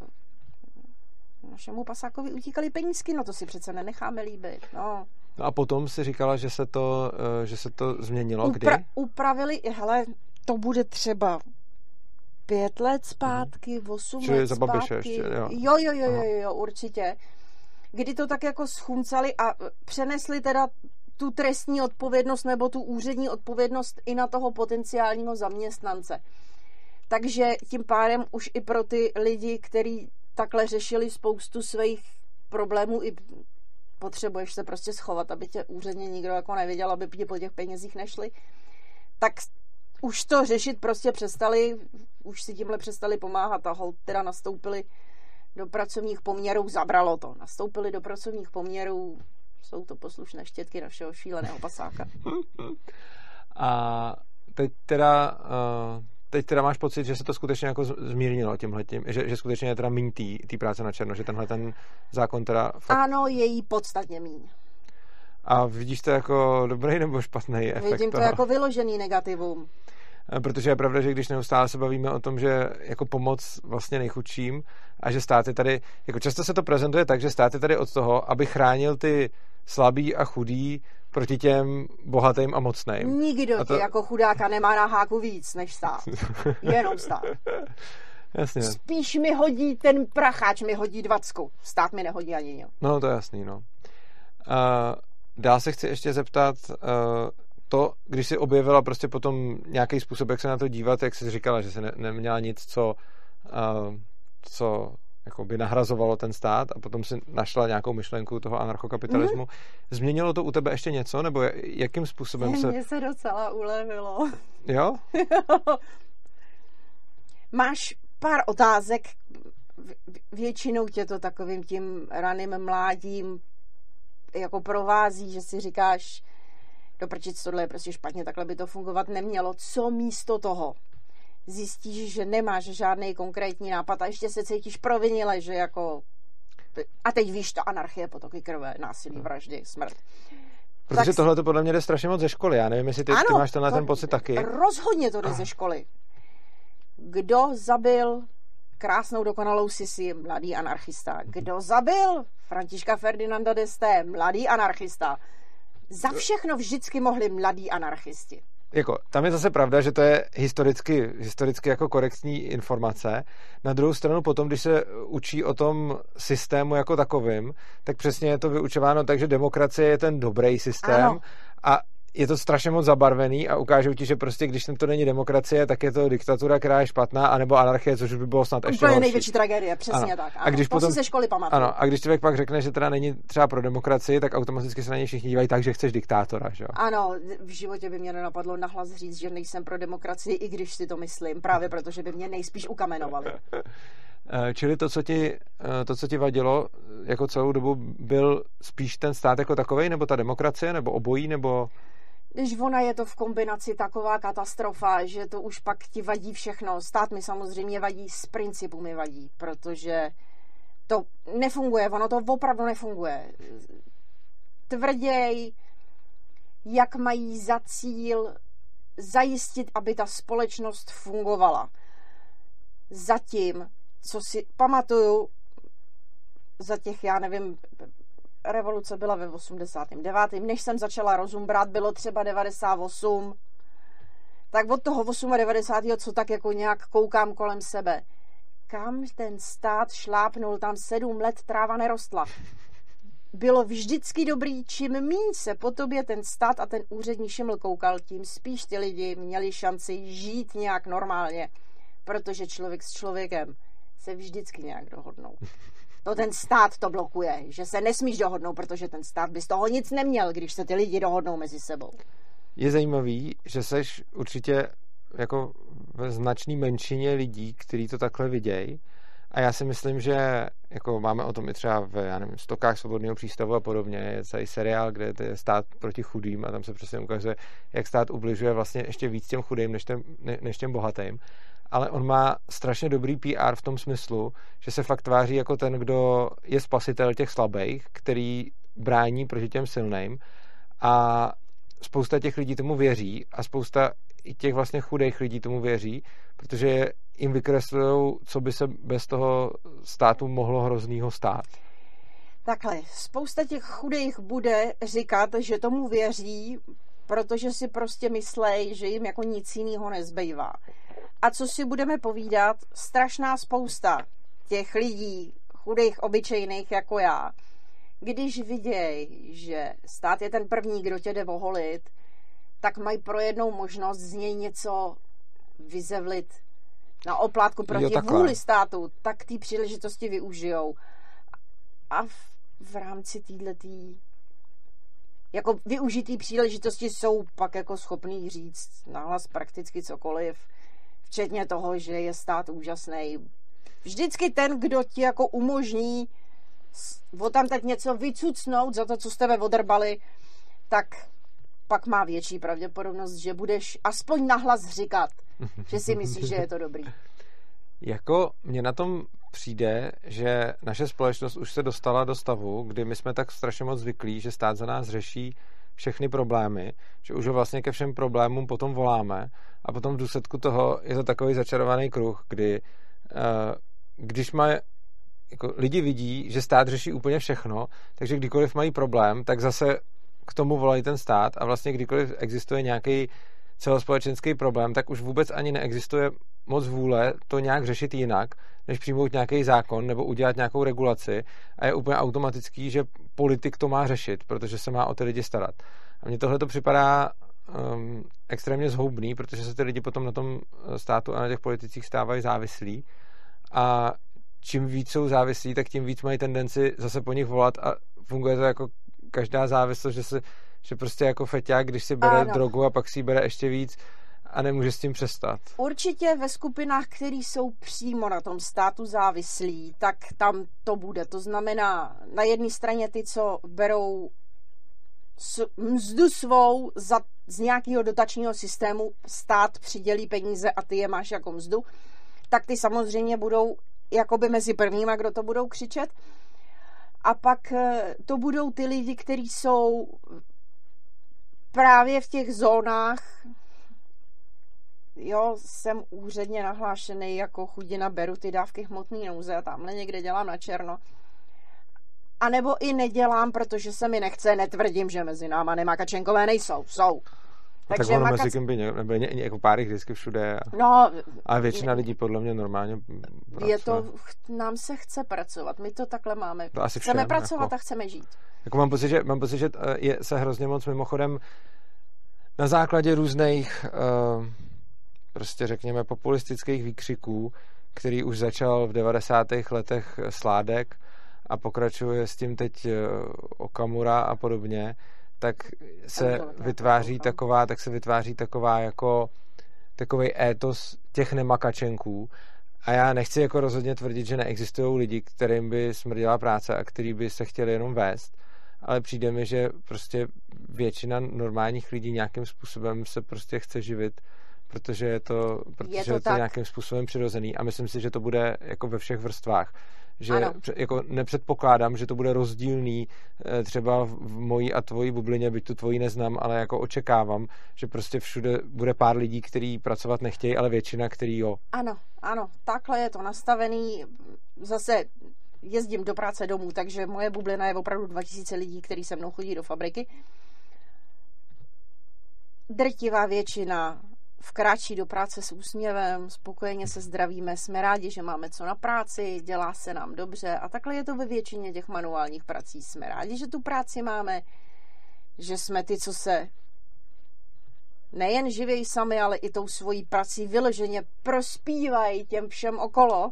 Speaker 2: našemu pasákovi utíkaly penízky, no to si přece nenecháme líbit, no.
Speaker 1: No a potom si říkala, že se to, že se to změnilo,
Speaker 2: Upra-
Speaker 1: kdy?
Speaker 2: Upravili, hele, to bude třeba pět let zpátky, hmm. osm
Speaker 1: Čili
Speaker 2: let
Speaker 1: za
Speaker 2: zpátky.
Speaker 1: Babiše ještě, jo.
Speaker 2: Jo, jo, jo, jo, jo, určitě. Kdy to tak jako schuncali a přenesli teda tu trestní odpovědnost nebo tu úřední odpovědnost i na toho potenciálního zaměstnance. Takže tím pádem už i pro ty lidi, kteří takhle řešili spoustu svých problémů, i potřebuješ se prostě schovat, aby tě úředně nikdo jako nevěděl, aby ti po těch penězích nešli, tak už to řešit prostě přestali, už si tímhle přestali pomáhat a holt teda nastoupili do pracovních poměrů, zabralo to. Nastoupili do pracovních poměrů, jsou to poslušné štětky našeho šíleného pasáka.
Speaker 1: A teď teda, teď teda máš pocit, že se to skutečně jako zmírnilo tímhletím, že, že skutečně je teda míň tý práce na černo, že tenhle ten zákon teda... Fakt...
Speaker 2: Ano, je jí podstatně míň.
Speaker 1: A vidíš to jako dobrý nebo špatný efekt?
Speaker 2: Vidím to
Speaker 1: toho?
Speaker 2: jako vyložený negativum.
Speaker 1: Protože je pravda, že když neustále se bavíme o tom, že jako pomoc vlastně nejchudším a že stát je tady, jako často se to prezentuje tak, že stát je tady od toho, aby chránil ty slabý a chudý proti těm bohatým a mocným.
Speaker 2: Nikdo a to... tě jako chudáka nemá na háku víc než stát. Jenom stát.
Speaker 1: Jasně.
Speaker 2: Spíš mi hodí ten pracháč, mi hodí dvacku. Stát mi nehodí ani něj.
Speaker 1: No to je jasný, no. Uh, dál se chci ještě zeptat, uh, to, když jsi objevila prostě potom nějaký způsob, jak se na to dívat, jak jsi říkala, že jsi ne, neměla nic, co, uh, co jako by nahrazovalo ten stát a potom si našla nějakou myšlenku toho anarchokapitalismu. Mm-hmm. Změnilo to u tebe ještě něco? Nebo jakým způsobem se...
Speaker 2: Mně se docela ulevilo.
Speaker 1: Jo?
Speaker 2: Máš pár otázek, většinou tě to takovým tím raným mládím jako provází, že si říkáš, doprčit, tohle je prostě špatně, takhle by to fungovat nemělo. Co místo toho? Zjistíš, že nemáš žádný konkrétní nápad a ještě se cítíš provinile, že jako... A teď víš, to anarchie, potoky krve, násilí, vraždy, smrt.
Speaker 1: Protože
Speaker 2: tak...
Speaker 1: tohle to podle mě jde strašně moc ze školy. Já nevím, jestli ty,
Speaker 2: ano,
Speaker 1: ty máš tenhle
Speaker 2: to
Speaker 1: ten pocit taky.
Speaker 2: Rozhodně to jde ah. ze školy. Kdo zabil krásnou dokonalou Sisi? Mladý anarchista. Kdo zabil Františka Ferdinanda d'Este? Mladý anarchista. Za všechno vždycky mohli mladí anarchisti.
Speaker 1: Jako, tam je zase pravda, že to je historicky, historicky jako korektní informace. Na druhou stranu potom, když se učí o tom systému jako takovým, tak přesně je to vyučováno tak, že demokracie je ten dobrý systém. Ano. A je to strašně moc zabarvený a ukážou ti, že prostě když to není demokracie, tak je to diktatura, která je špatná, anebo anarchie, což by bylo snad ještě
Speaker 2: horší. největší tragédie, přesně ano. tak. Ano. A když to potom, si ze školy pamatuju.
Speaker 1: Ano, a když člověk pak řekne, že teda není třeba pro demokracii, tak automaticky se na ně všichni dívají tak, že chceš diktátora, že jo?
Speaker 2: Ano, v životě by mě nenapadlo nahlas říct, že nejsem pro demokracii, i když si to myslím, právě protože by mě nejspíš ukamenovali.
Speaker 1: Čili to co, ti, to, co ti vadilo jako celou dobu, byl spíš ten stát jako takovej, nebo ta demokracie, nebo obojí, nebo...
Speaker 2: Když ona je to v kombinaci taková katastrofa, že to už pak ti vadí všechno. Stát mi samozřejmě vadí, z principu mi vadí, protože to nefunguje, ono to opravdu nefunguje. Tvrděj, jak mají za cíl zajistit, aby ta společnost fungovala. Zatím, co si pamatuju za těch, já nevím, revoluce byla ve osmdesátém devátém Než jsem začala rozum brát, bylo třeba devadesát osm Tak od toho devadesátého osmého co tak jako nějak koukám kolem sebe. Kam ten stát šlápnul, tam sedm let tráva nerostla. Bylo vždycky dobrý, čím míň se po tobě ten stát a ten úřední šiml koukal, tím spíš ty lidi měli šanci žít nějak normálně, protože člověk s člověkem se vždycky nějak dohodnou. To ten stát to blokuje, že se nesmíš dohodnout, protože ten stát by z toho nic neměl, když se ty lidi dohodnou mezi sebou.
Speaker 1: Je zajímavý, že seš určitě jako ve značné menšině lidí, kteří to takhle vidějí. A já si myslím, že jako máme o tom i třeba v, já nevím, Stokách svobodného přístavu a podobně. Je celý seriál, kde je stát proti chudým a tam se přesně ukazuje, jak stát ubližuje vlastně ještě víc těm chudým, než těm, ne, než těm bohatým. Ale on má strašně dobrý P R v tom smyslu, že se fakt tváří jako ten, kdo je spasitel těch slabých, který brání proti těm silným. A spousta těch lidí tomu věří a spousta i těch vlastně chudých lidí tomu věří, protože jim vykreslujou, co by se bez toho státu mohlo hroznýho stát.
Speaker 2: Takhle, spousta těch chudých bude říkat, že tomu věří, protože si prostě myslej, že jim jako nic jiného nezbývá. A co si budeme povídat, strašná spousta těch lidí, chudých, obyčejných jako já, když viděj, že stát je ten první, kdo tě jde oholit, tak mají pro jednou možnost z něj něco vyzevlit na oplátku proti vůli státu, tak ty příležitosti využijou. A v, v rámci téhletý jako využitý příležitosti jsou pak jako schopný říct nahlas prakticky cokoliv, včetně toho, že je stát úžasný. Vždycky ten, kdo ti jako umožní o tam teď něco vycucnout za to, co jste ve odrbali, tak pak má větší pravděpodobnost, že budeš aspoň nahlas říkat, že si myslíš, že je to dobrý.
Speaker 1: Jako mně na tom přijde, že naše společnost už se dostala do stavu, kdy my jsme tak strašně moc zvyklí, že stát za nás řeší všechny problémy, že už ho vlastně ke všem problémům potom voláme a potom v důsledku toho je to takový začarovaný kruh, kdy když má jako lidi vidí, že stát řeší úplně všechno, takže kdykoliv mají problém, tak zase k tomu volají ten stát a vlastně kdykoliv existuje nějaký celospolečenský problém, tak už vůbec ani neexistuje moc vůle to nějak řešit jinak, než přijmout nějaký zákon nebo udělat nějakou regulaci a je úplně automatický, že politik to má řešit, protože se má o ty lidi starat. A mně tohle to připadá um, extrémně zhoubný, protože se ty lidi potom na tom státu a na těch politicích stávají závislí a čím víc jsou závislí, tak tím víc mají tendenci zase po nich volat a funguje to jako každá závislost, že, se, že prostě jako feťák, když si bere ano. drogu a pak si bere ještě víc a nemůže s tím přestat.
Speaker 2: Určitě ve skupinách, které jsou přímo na tom státu závislí, tak tam to bude. To znamená na jedné straně ty, co berou mzdu svou za, z nějakého dotačního systému, stát přidělí peníze a ty je máš jako mzdu, tak ty samozřejmě budou jakoby mezi prvníma, kdo to budou křičet. A pak to budou ty lidi, kteří jsou právě v těch zónách, jo, jsem úředně nahlášený jako chudina, beru ty dávky hmotné nouze a tamhle někde dělám na černo. A nebo i nedělám, protože se mi nechce, netvrdím, že mezi náma nemakačenkové nejsou, jsou.
Speaker 1: A takže tak ono makac... mezi kým by nebyly ně, jako pár vždycky všude. A,
Speaker 2: no,
Speaker 1: a většina lidí podle mě normálně pracuje.
Speaker 2: Je to, nám se chce pracovat, my to takhle máme.
Speaker 1: To asi
Speaker 2: chceme
Speaker 1: všem,
Speaker 2: pracovat
Speaker 1: jako,
Speaker 2: a chceme žít.
Speaker 1: Jako mám pocit, že, mám pocit, že je, se hrozně moc mimochodem na základě různých uh, prostě řekněme populistických výkřiků, který už začal v devadesátých letech Sládek a pokračuje s tím teď uh, Okamura a podobně, tak se vytváří taková, tak se vytváří taková jako takovej étos těch nemakačenků a já nechci jako rozhodně tvrdit, že neexistují lidi, kterým by smrděla práce a který by se chtěli jenom vést, ale přijde mi, že prostě většina normálních lidí nějakým způsobem se prostě chce živit, protože je to, protože je to, je to nějakým způsobem přirozený a myslím si, že to bude jako ve všech vrstvách. Že jako nepředpokládám, že to bude rozdílný třeba v mojí a tvojí bublině, byť tu tvojí neznám, ale jako očekávám, že prostě všude bude pár lidí, kteří pracovat nechtějí, ale většina, který jo.
Speaker 2: Ano, ano, takhle je to nastavený. Zase jezdím do práce domů, takže moje bublina je opravdu dva tisíce lidí, kteří se mnou chodí do fabriky. Drtivá většina vkráčí do práce s úsměvem, spokojeně se zdravíme, jsme rádi, že máme co na práci, dělá se nám dobře a takhle je to ve většině těch manuálních prací. Jsme rádi, že tu práci máme, že jsme ty, co se nejen živějí sami, ale i tou svojí prací vyloženě prospívají těm všem okolo.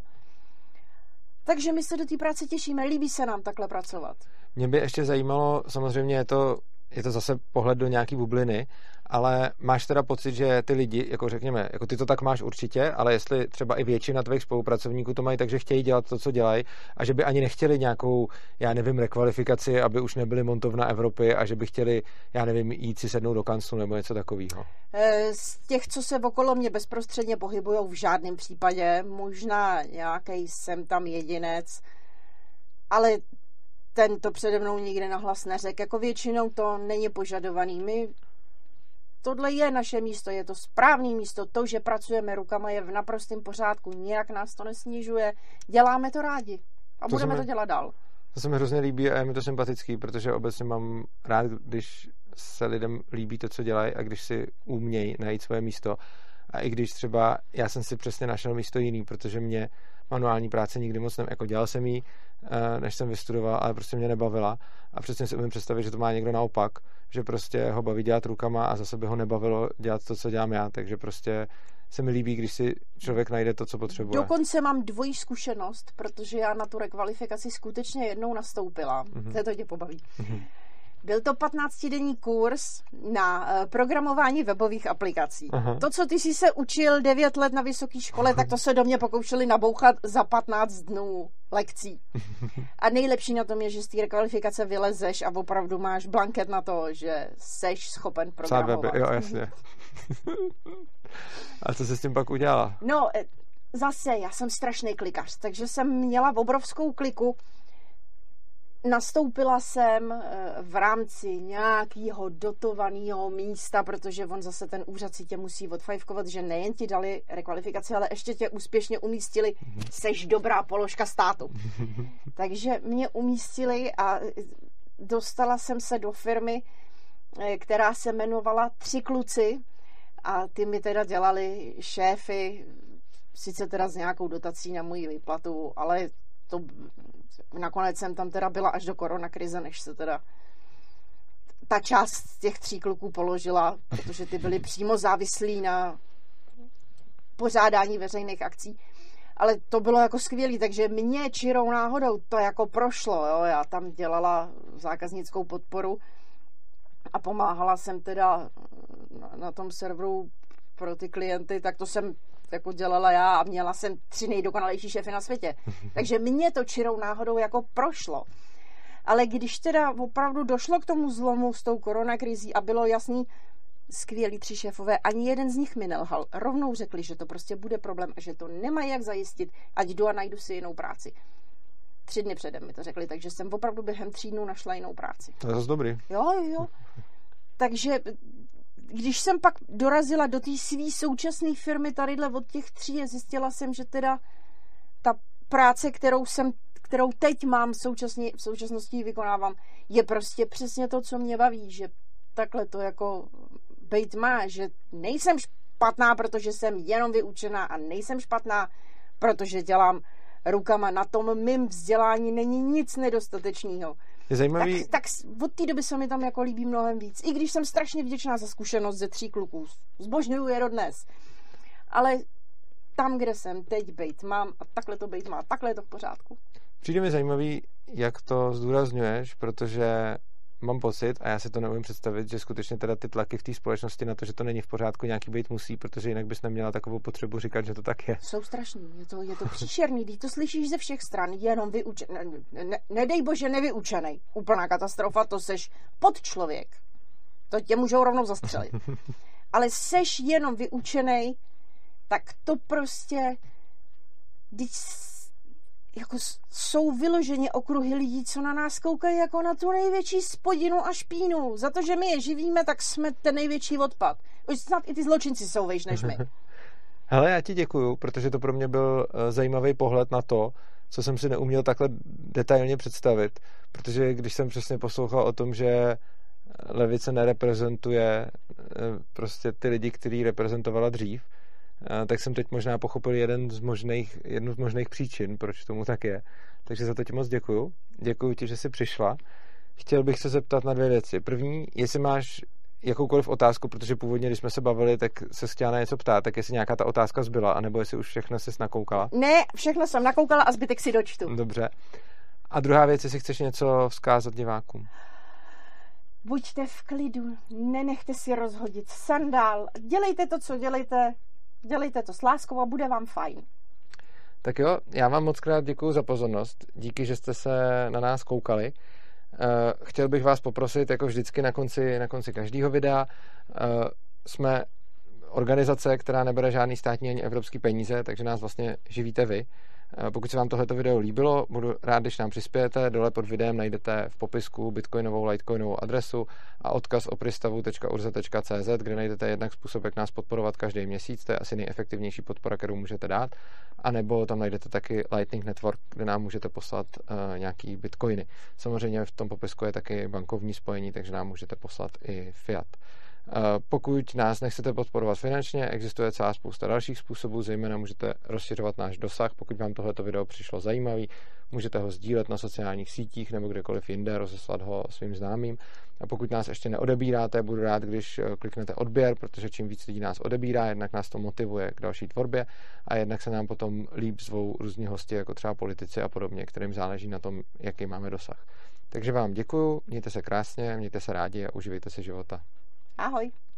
Speaker 2: Takže my se do té práce těšíme, líbí se nám takhle pracovat.
Speaker 1: Mě by ještě zajímalo, samozřejmě je to, je to zase pohled do nějaký bubliny, ale máš teda pocit, že ty lidi, jako řekněme, jako ty to tak máš určitě, ale jestli třeba i většina tvých spolupracovníků to mají tak, že chtějí dělat to, co dělají a že by ani nechtěli nějakou, já nevím, rekvalifikaci, aby už nebyli montovna Evropy a že by chtěli, já nevím, jít si sednout do kanclu nebo něco takového.
Speaker 2: Z těch, co se okolo mě bezprostředně pohybujou, v žádném případě, možná nějaký jsem tam jedinec, ale ten to přede mnou nikdy nahlas neřekl. Jako většinou to není požadovaný. My Tohle je naše místo, je to správné místo, to, že pracujeme rukama, je v naprostém pořádku, nijak nás to nesnižuje, děláme to rádi a to budeme mi, to dělat dál.
Speaker 1: To se mi hrozně líbí a je mi to sympatický, protože obecně mám rád, když se lidem líbí to, co dělají a když si umějí najít svoje místo. A i když třeba já jsem si přesně našel místo jiný, protože mě manuální práce nikdy moc ne, jako dělal jsem jí, než jsem vystudoval, ale prostě mě nebavila. A přesně si umím představit, že to má někdo naopak, že prostě ho baví dělat rukama a zase by ho nebavilo dělat to, co dělám já. Takže prostě se mi líbí, když si člověk najde to, co potřebuje.
Speaker 2: Dokonce mám dvojí zkušenost, protože já na tu rekvalifikaci skutečně jednou nastoupila. Mm-hmm. To tě pobaví. Mm-hmm. Byl to patnáctidenní kurz na programování webových aplikací. Aha. To, co ty jsi se učil devět let na vysoké škole, tak to se do mě pokoušeli nabouchat za patnáct dnů lekcí. A nejlepší na tom je, že z té rekvalifikace vylezeš a opravdu máš blanket na to, že seš schopen programovat.
Speaker 1: Weby, jo, jasně. A co jsi s tím pak udělala?
Speaker 2: No, zase, já jsem strašný klikař, takže jsem měla obrovskou kliku. Nastoupila jsem v rámci nějakého dotovaného místa, protože on zase ten úřad si tě musí odfajfkovat, že nejen ti dali rekvalifikaci, ale ještě tě úspěšně umístili, seš dobrá položka státu. Takže mě umístili a dostala jsem se do firmy, která se jmenovala Tři kluci a ty mi teda dělali šéfy, sice teda s nějakou dotací na moji výplatu, ale to nakonec jsem tam teda byla až do koronakrize, než se teda ta část těch tří kluků položila, protože ty byli přímo závislí na pořádání veřejných akcí. Ale to bylo jako skvělý, takže mě čirou náhodou to jako prošlo. Jo? Já tam dělala zákaznickou podporu a pomáhala jsem teda na, na tom serveru pro ty klienty, tak to jsem jako dělala já a měla jsem tři nejdokonalejší šéfy na světě. Takže mě to čirou náhodou jako prošlo. Ale když teda opravdu došlo k tomu zlomu s tou koronakrizí a bylo jasný, skvělí tři šéfové, ani jeden z nich mi nelhal. Rovnou řekli, že to prostě bude problém a že to nemají jak zajistit, ať jdu a najdu si jinou práci. Tři dny předem mi to řekli, takže jsem opravdu během tří dnů našla jinou práci.
Speaker 1: To je zase dobrý.
Speaker 2: Jo, jo. Takže když jsem pak dorazila do té svý současné firmy tadyhle od těch tří, zjistila jsem, že teda ta práce, kterou jsem, kterou teď mám současně, v současnosti vykonávám, je prostě přesně to, co mě baví, že takhle to jako bejt má, že nejsem špatná, protože jsem jenom vyučená a nejsem špatná, protože dělám rukama. Na tom mým vzdělání není nic nedostatečného.
Speaker 1: Je zajímavý...
Speaker 2: Tak, tak od té doby se mi tam jako líbí mnohem víc. I když jsem strašně vděčná za zkušenost ze tří kluků. Zbožňuju je dodnes. Ale tam, kde jsem teď bejt mám a takhle to bejt má, takhle je to v pořádku.
Speaker 1: Přijde mi zajímavý, jak to zdůrazňuješ, protože mám pocit, a já si to neumím představit, že skutečně teda ty tlaky v té společnosti na to, že to není v pořádku, nějaký bejt musí, protože jinak bys neměla takovou potřebu říkat, že to tak je.
Speaker 2: Jsou strašný, je to, je to příšerný, když to slyšíš ze všech stran, jenom vyučený, ne, ne, nedej bože nevyučenej, úplná katastrofa, to seš podčlověk, to tě můžou rovnou zastřelit. Ale seš jenom vyučenej, tak to prostě, když jako jsou vyloženě okruhy lidí, co na nás koukají jako na tu největší spodinu a špínu. Za to, že my je živíme, tak jsme ten největší odpad. Už snad i ty zločinci jsou vejš než my.
Speaker 1: Hele, já ti děkuju, protože to pro mě byl zajímavý pohled na to, co jsem si neuměl takhle detailně představit, protože když jsem přesně poslouchal o tom, že levice nereprezentuje prostě ty lidi, který reprezentovala dřív, tak jsem teď možná pochopil jeden z možných, jednu z možných příčin, proč tomu tak je. Takže za to ti moc děkuju. Děkuju ti, že jsi přišla. Chtěl bych se zeptat na dvě věci. První, jestli máš jakoukoliv otázku, protože původně, když jsme se bavili, tak se chtěla na něco ptát, tak jestli nějaká ta otázka zbyla, anebo jestli už všechno jsi nakoukala.
Speaker 2: Ne, všechno jsem nakoukala a zbytek si dočtu.
Speaker 1: Dobře. A druhá věc, jestli chceš něco vzkázat divákům.
Speaker 2: Buďte v klidu, nenechte si rozhodit sandál, dělejte to, co dělejte, dělejte to s láskou a bude vám fajn.
Speaker 1: Tak jo, já vám moc krát děkuju za pozornost, díky, že jste se na nás koukali. Chtěl bych vás poprosit, jako vždycky na konci, na konci každého videa, jsme organizace, která nebere žádný státní ani evropský peníze, takže nás vlastně živíte vy. Pokud se vám tohleto video líbilo, budu rád, když nám přispějete. Dole pod videem najdete v popisku bitcoinovou, litecoinovou adresu a odkaz opristavu tečka urza tečka cé zet, kde najdete jednak způsob, jak nás podporovat každý měsíc, to je asi nejefektivnější podpora, kterou můžete dát, a nebo tam najdete taky Lightning Network, kde nám můžete poslat uh, nějaký bitcoiny. Samozřejmě v tom popisku je taky bankovní spojení, takže nám můžete poslat i fiat. Pokud nás nechcete podporovat finančně, existuje celá spousta dalších způsobů, zejména můžete rozšiřovat náš dosah. Pokud vám tohleto video přišlo zajímavý, můžete ho sdílet na sociálních sítích nebo kdekoliv jinde, rozeslat ho svým známým. A pokud nás ještě neodebíráte, budu rád, když kliknete odběr, protože čím víc lidí nás odebírá, jednak nás to motivuje k další tvorbě a jednak se nám potom líp zvou různí hosti, jako třeba politici a podobně, kterým záleží na tom, jaký máme dosah. Takže vám děkuju, mějte se krásně, mějte se rádi a uživejte si života.
Speaker 2: Ahoj.